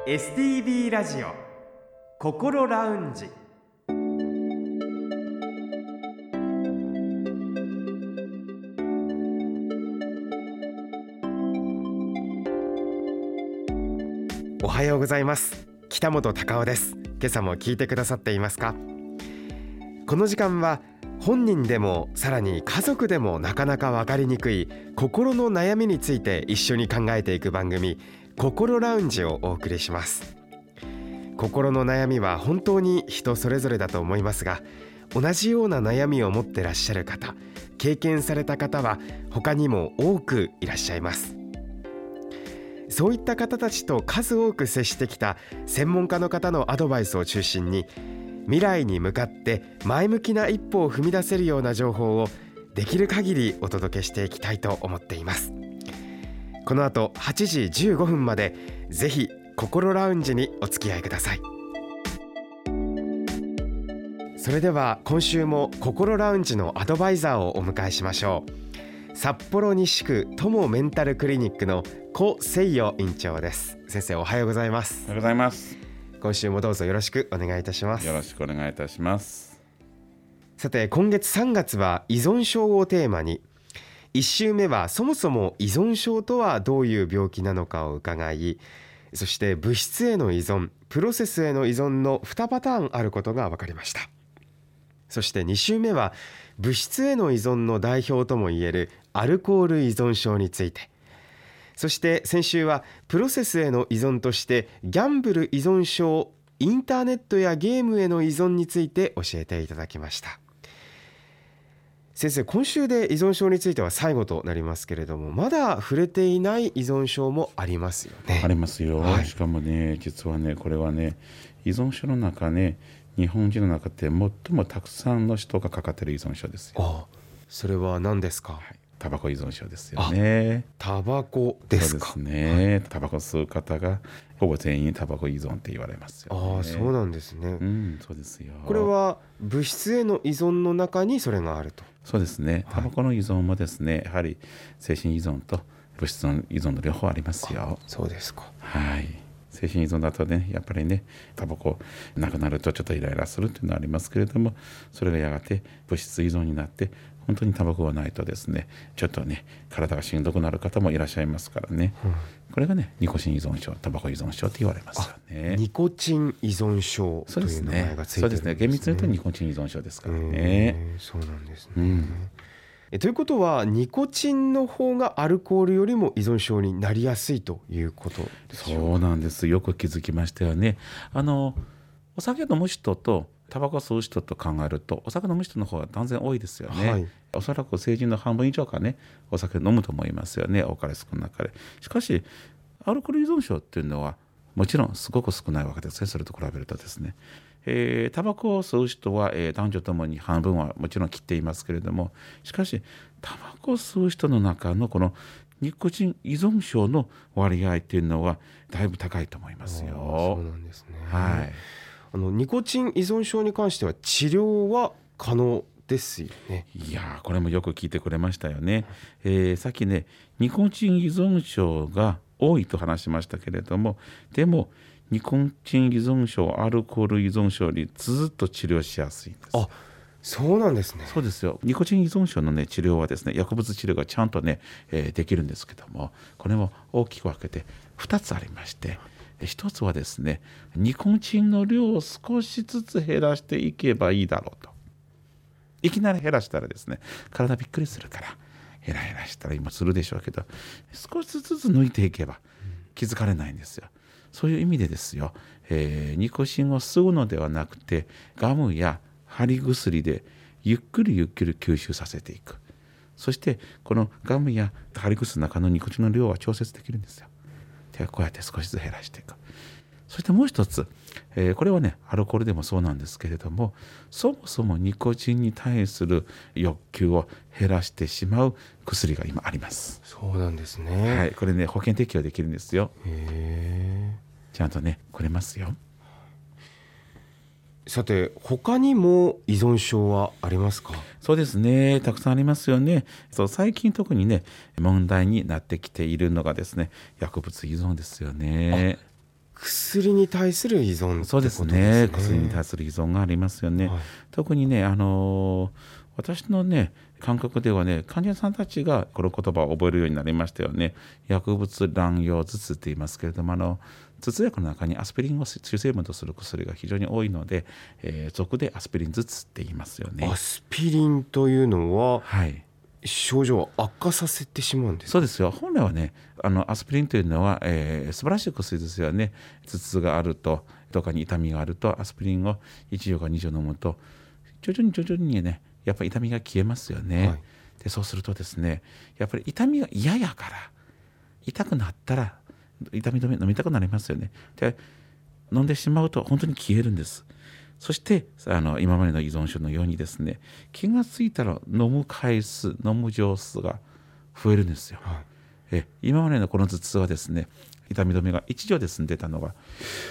STB ラジオ心ラウンジ。おはようございます。北本隆夫です。今朝も聞いてくださっていますか？この時間は本人でもさらに家族でもなかなか分かりにくい心の悩みについて一緒に考えていく番組、心ラウンジをお送りします。心の悩みは本当に人それぞれだと思いますが、同じような悩みを持ってらっしゃる方、経験された方は他にも多くいらっしゃいます。そういった方たちと数多く接してきた専門家の方のアドバイスを中心に、未来に向かって前向きな一歩を踏み出せるような情報をできる限りお届けしていきたいと思っています。この後8時15分までぜひ心ラウンジにお付き合いください。それでは今週も心ラウンジのアドバイザーをお迎えしましょう。札幌西区友メンタルクリニックの古誠代院長です。先生、おはようございます。 おはようございます。 今週もどうぞよろしくお願いいたします。 よろしくお願いいたします。 さて、今月3月は依存症をテーマに、1週目はそもそも依存症とはどういう病気なのかを伺い、そして物質への依存、プロセスへの依存の2パターンあることが分かりました。そして2週目は物質への依存の代表ともいえるアルコール依存症について、そして先週はプロセスへの依存としてギャンブル依存症、インターネットやゲームへの依存について教えていただきました。先生、今週で依存症については最後となりますけれども、まだ触れていない依存症もありますよね。 ありますよ、 はい、 しかもね、実はね、これはね、依存症の中ね、日本人の中で最もたくさんの人がかかっている依存症ですよ。 それは何ですか？ タバコ依存症ですよね。 タバコですか？ そうですね、タバコ吸う方がほぼ全員タバコ依存って言われますよね。 そうなんですね。 そうですよ。 これは物質への依存の中にそれがあると。 そうですね、タバコの依存もですね、やはり精神依存と物質の依存の両方ありますよ。 そうですか。 はい。精神依存だとね、やっぱりね、タバコなくなるとちょっとイライラするっていうのはありますけれども、それがやがて物質依存になって本当にタバコがないとですね、ちょっとね、体がしんどくなる方もいらっしゃいますからね、これがね、ニコチン依存症、タバコ依存症って言われますよね。 ニコチン依存症という名前がついてるんですね。 そうですね、厳密に言うとニコチン依存症ですからね。 そうなんですね。ということはニコチンの方がアルコールよりも依存症になりやすいということでしょうか？ そうなんです。よく気づきましたよね。お酒飲む人とタバコ吸う人と考えると、お酒飲む人の方が断然多いですよね。おそらく成人の半分以上がね、お酒飲むと思いますよね、多かれ少なかれ。しかしアルコール依存症っていうのはもちろんすごく少ないわけですね。それと比べるとですね、タバコを吸う人は、男女ともに半分はもちろん切っていますけれども、しかしタバコを吸う人の中のこのニコチン依存症の割合っていうのはだいぶ高いと思いますよ。 そうなんですね。 はい。 ニコチン依存症に関しては治療は可能ですよね。 いや、これもよく聞いてくれましたよね。さっきね、ニコチン依存症が多いと話しましたけれども、でもニコチン依存症、アルコール依存症よりずっと治療しやすいんです。 そうなんですね。 そうですよ。ニコチン依存症の、ね、治療はですね、薬物治療がちゃんとね、できるんですけども、これも大きく分けて2つありまして、1つはですね、ニコチンの量を少しずつ減らしていけばいいだろうと。いきなり減らしたらですね、体びっくりするから、ヘラヘラしたら今するでしょうけど、少しずつ抜いていけば気づかれないんですよ。そういう意味でですよ、ニコチンを吸うのではなくて、ガムや貼り薬でゆっくりゆっくり吸収させていく。そしてこのガムや貼り薬の中のニコチンの量は調節できるんですよ。で、こうやって少しずつ減らしていく。そしてもう一つ、これはね、アルコールでもそうなんですけれども、そもそもニコチンに対する欲求を減らしてしまう薬が今あります。 そうなんですね。 はい、これね、保険適用できるんですよ。ちゃんとね、くれますよ。 さて、他にも依存症はありますか？ そうですね、たくさんありますよね。最近特にね、問題になってきているのがですね、薬物依存ですよね。 薬に対する依存ってことですね。 そうですね、薬に対する依存がありますよね。 はい、 特にね、私のね感覚ではね、患者さんたちがこの言葉を覚えるようになりましたよね。薬物乱用頭痛って言いますけれども、頭痛薬の中にアスピリンを主成分とする薬が非常に多いので、俗でアスピリン頭痛って言いますよね。 アスピリンというのは、 はい、 症状を悪化させてしまうんですか？ そうですよ。本来はね、アスピリンというのは、素晴らしい薬ですよね。頭痛があるとかに痛みがあると、アスピリンを1錠か2錠飲むと徐々にね、やっぱり痛みが消えますよね。はい、でそうするとですね、やっぱり痛みが嫌やから、痛くなったら痛み止め飲みたくなりますよね。で飲んでしまうと本当に消えるんです。そして今までの依存症のようにですね、気がついたら飲む回数、飲む錠数が増えるんですよ。はい、今までのこの頭痛はですね、痛み止めが1錠で済んでたのが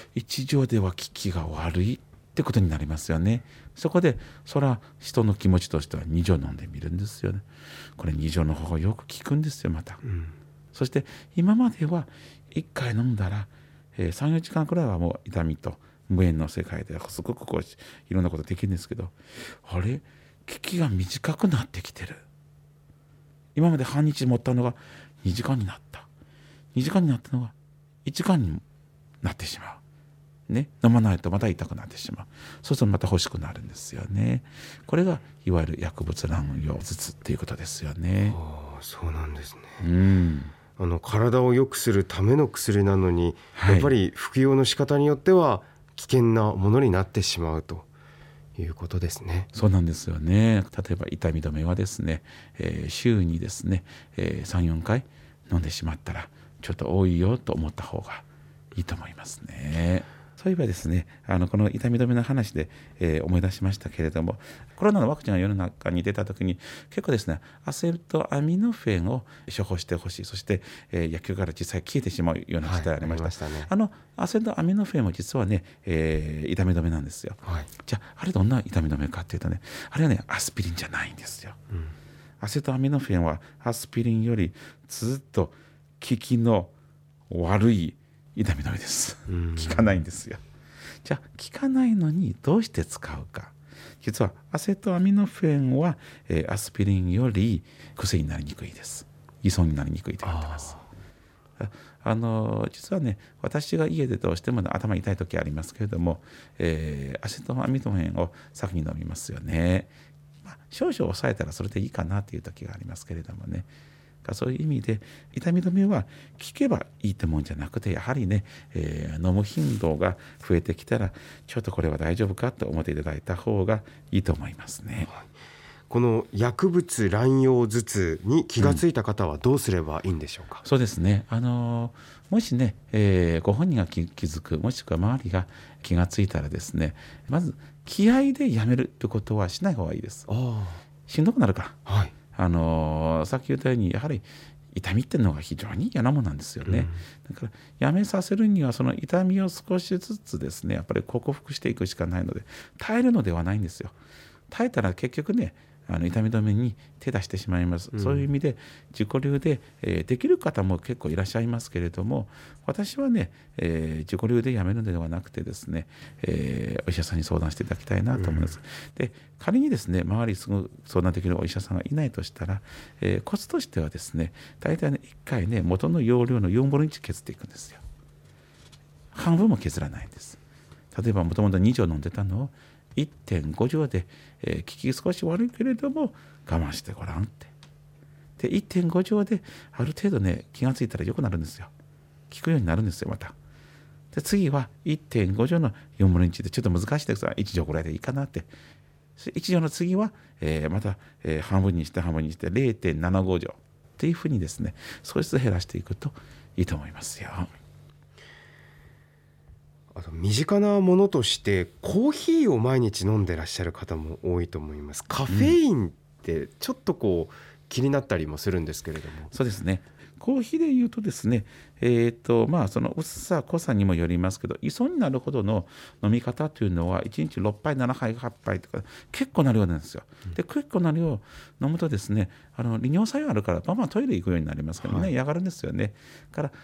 1錠では効きが悪いってことになりますよね。そこでそれは人の気持ちとしては2錠飲んでみるんですよね。これ2錠の方がよく効くんですよまた。そして今までは1回飲んだら、3、4時間くらいはもう痛みと無縁の世界ですごくいろんなことできるんですけど、あれ効きが短くなってきてる。今まで半日持ったのが2時間になった。2時間になったのが1時間になってしまう。ね、飲まないとまた痛くなってしまう。そうするとまた欲しくなるんですよね。これがいわゆる薬物乱用頭痛っていうことですよね。 そうなんですね。体を良くするための薬なのに、やっぱり服用の仕方によっては危険なものになってしまうということですね。 そうなんですよね。例えば痛み止めはですね、週にですね、3、4回飲んでしまったらちょっと多いよと思った方がいいと思いますね。そういえばですね、この痛み止めの話で、思い出しましたけれども、コロナのワクチンが世の中に出た時に結構ですね、アセトアミノフェンを処方してほしい、そして、薬局から実際消えてしまうような事態がありました。アセトアミノフェンも実はね、痛み止めなんですよ。はい、じゃああれどんな痛み止めかっていうとね、あれはねアスピリンじゃないんですよ。アセトアミノフェンはアスピリンよりずっと効きの悪い痛み止めです。効かないんですよ。じゃあ効かないのにどうして使うか。実はアセトアミノフェンは、アスピリンより癖になりにくいです。依存になりにくいと言ってます。実はね、私が家でどうしても頭痛い時ありますけれども、アセトアミノフェンを先に飲みますよね。少々抑えたらそれでいいかなという時がありますけれどもね。そういう意味で痛み止めは効けばいいってもんじゃなくて、やはりね、飲む頻度が増えてきたらちょっとこれは大丈夫かと思っていただいた方がいいと思いますね。 この薬物乱用頭痛に気がついた方はどうすればいいんでしょうか？ そうですね、もしね、ご本人が気づく、もしくは周りが気がついたらですね、まず気合でやめるってことはしない方がいいです。しんどくなるから、はい、さっき言ったようにやはり痛みっていうのが非常に嫌なものなんですよね。だからやめさせるにはその痛みを少しずつですね、やっぱり克服していくしかないので、耐えるのではないんですよ。耐えたら結局ね、痛み止めに手出してしまいます。そういう意味で自己流で、できる方も結構いらっしゃいますけれども、私はね、自己流でやめるのではなくてですね、お医者さんに相談していただきたいなと思います。で、仮にですね、周りすぐ相談できるお医者さんがいないとしたら、コツとしてはですね、大体ね、1回ね、元の容量の4分の1削っていくんですよ。半分も削らないんです。例えばもともと2錠飲んでたのを1.5 錠で、効き少し悪いけれども我慢してごらんって。で 1.5 錠である程度ね、気がついたら良くなるんですよ。効くようになるんですよまた。で次は 1.5 錠の4分の1でちょっと難しいですが1錠ぐらいでいいかなって。1錠の次は、また、半分にして0.75 錠っていうふうにですね、少しずつ減らしていくといいと思いますよ。 身近なものとしてコーヒーを毎日飲んでらっしゃる方も多いと思います。カフェインってちょっと気になったりもするんですけれども。 そうですね、コーヒーでいうとですね、その薄さ濃さにもよりますけど、依存になるほどの飲み方というのは1日6杯7杯8杯とか結構な量なんですよ。で結構な量飲むとですね、利尿作用あるからトイレ行くようになりますから、みんな嫌がるんですよね。から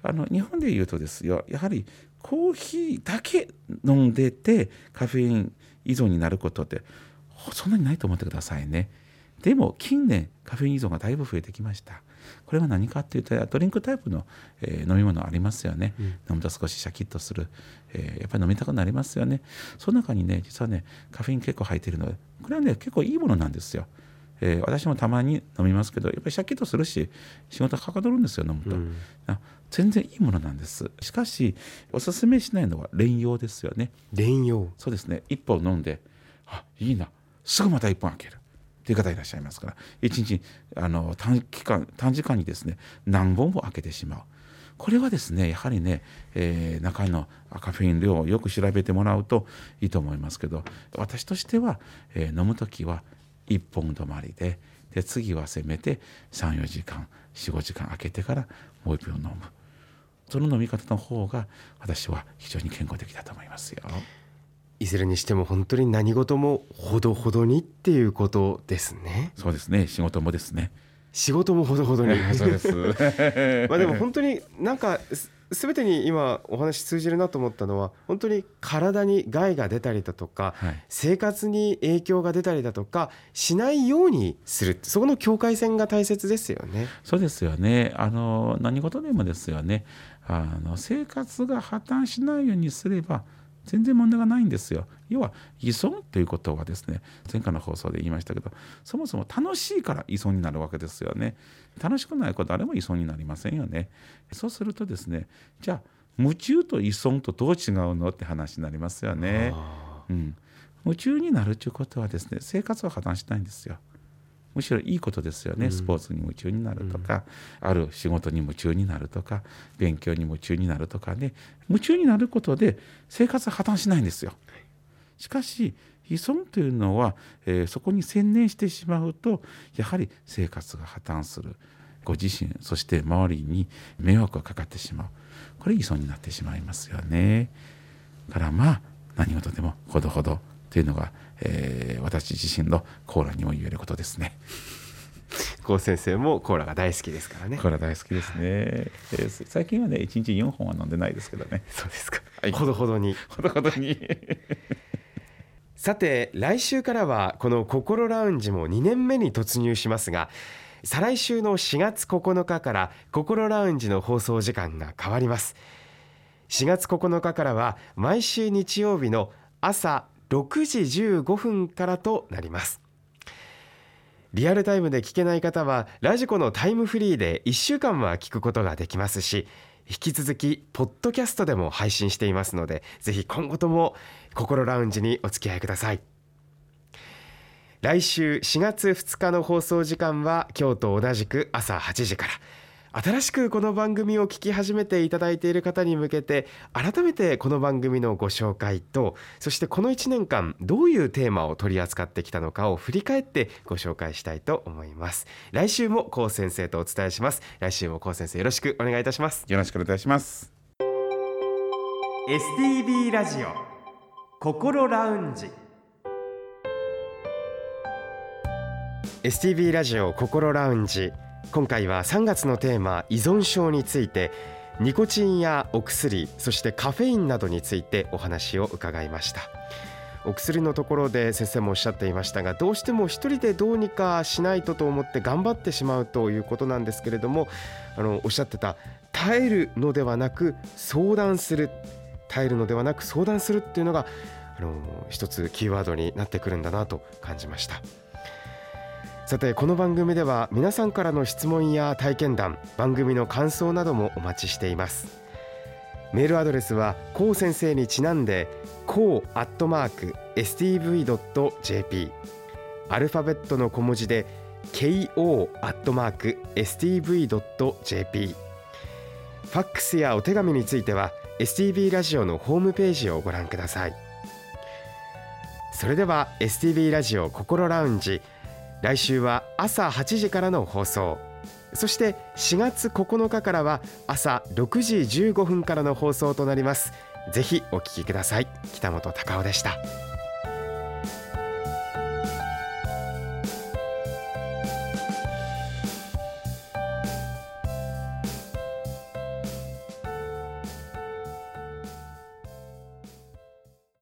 日本でいうとですよ、やはりコーヒーだけ飲んでてカフェイン依存になることってそんなにないと思ってくださいね。でも近年カフェイン依存がだいぶ増えてきました。これは何かっていうと、ドリンクタイプの、飲み物ありますよね、飲むと少しシャキッとする、やっぱり飲みたくなりますよね。その中にね、実はねカフェイン結構入っているので、これはね結構いいものなんですよ。私もたまに飲みますけど、やっぱりシャキッとするし仕事はかどるんですよ、飲むと、全然いいものなんです。しかしおすすめしないのは連用ですよね。 連用。 そうですね。1本飲んでいいな、すぐまた1本開けるという方いらっしゃいますから、1日短時間にですね何本も開けてしまう。これはですねやはりね、中のカフェイン量をよく調べてもらうといいと思いますけど、私としては、飲むときは1本止まりで、次はせめて 3,4 時間 4,5 時間空けてからもう1本飲む。その飲み方の方が私は非常に健康的だと思いますよ。 いずれにしても本当に何事もほどほどにっていうことですね。 そうですね。仕事もですね。 仕事もほどほどにそうですでも本当になんか全てに今お話通じるなと思ったのは、本当に体に害が出たりだとか、生活に影響が出たりだとかしないようにする、そこの境界線が大切ですよね。 そうですよね。何事でもですよね、生活が破綻しないようにすれば全然問題がないんですよ。要は依存ということはですね、前回の放送で言いましたけど、そもそも楽しいから依存になるわけですよね。楽しくないことあれば依存になりませんよね。そうするとですね、じゃあ夢中と依存とどう違うのって話になりますよね。夢中になるということはですね、生活は破綻しないんですよ。むしろいいことですよね。スポーツに夢中になるとか、ある仕事に夢中になるとか、勉強に夢中になるとかね、夢中になることで生活は破綻しないんですよ。しかし依存というのは、そこに専念してしまうとやはり生活が破綻する。ご自身そして周りに迷惑がかかってしまう。これ依存になってしまいますよね。だから何事でもほどほどというのが、私自身のコーラにも言えることですね。 高先生もコーラが大好きですからね。 コーラ大好きですね。最近はね1日4本は飲んでないですけどね。 そうですか。ほどほどに。 ほどほどに。 さて来週からはこの心ラウンジも2年目に突入しますが、再来週の4月9日から心ラウンジの放送時間が変わります。4月9日からは毎週日曜日の朝6時15分からとなります。リアルタイムで聞けない方はラジコのタイムフリーで1週間は聞くことができますし、引き続きポッドキャストでも配信していますので、ぜひ今後とも心ラウンジにお付き合いください。来週4月2日の放送時間は今日と同じく朝8時から。新しくこの番組を聞き始めていただいている方に向けて改めてこの番組のご紹介と、そしてこの1年間どういうテーマを取り扱ってきたのかを振り返ってご紹介したいと思います。来週も高先生とお伝えします。来週も高先生よろしくお願いいたします。 よろしくお願いします。 STB ラジオ心ラウンジ。 STB ラジオ心ラウンジ、今回は3月のテーマ依存症について、ニコチンやお薬、そしてカフェインなどについてお話を伺いました。お薬のところで先生もおっしゃっていましたが、どうしても一人でどうにかしないとと思って頑張ってしまうということなんですけれども、おっしゃってた耐えるのではなく相談する、耐えるのではなく相談するっていうのが一つキーワードになってくるんだなと感じました。さてこの番組では皆さんからの質問や体験談、番組の感想などもお待ちしています。メールアドレスはこう先生にちなんでko@stv.jp、 アルファベットの小文字で ko@stv.jp。 ファックスやお手紙については STB ラジオのホームページをご覧ください。それでは STB ラジオ心ラウンジ、来週は朝8時からの放送、そして4月9日からは朝6時15分からの放送となります。ぜひお聞きください。北本隆夫でした。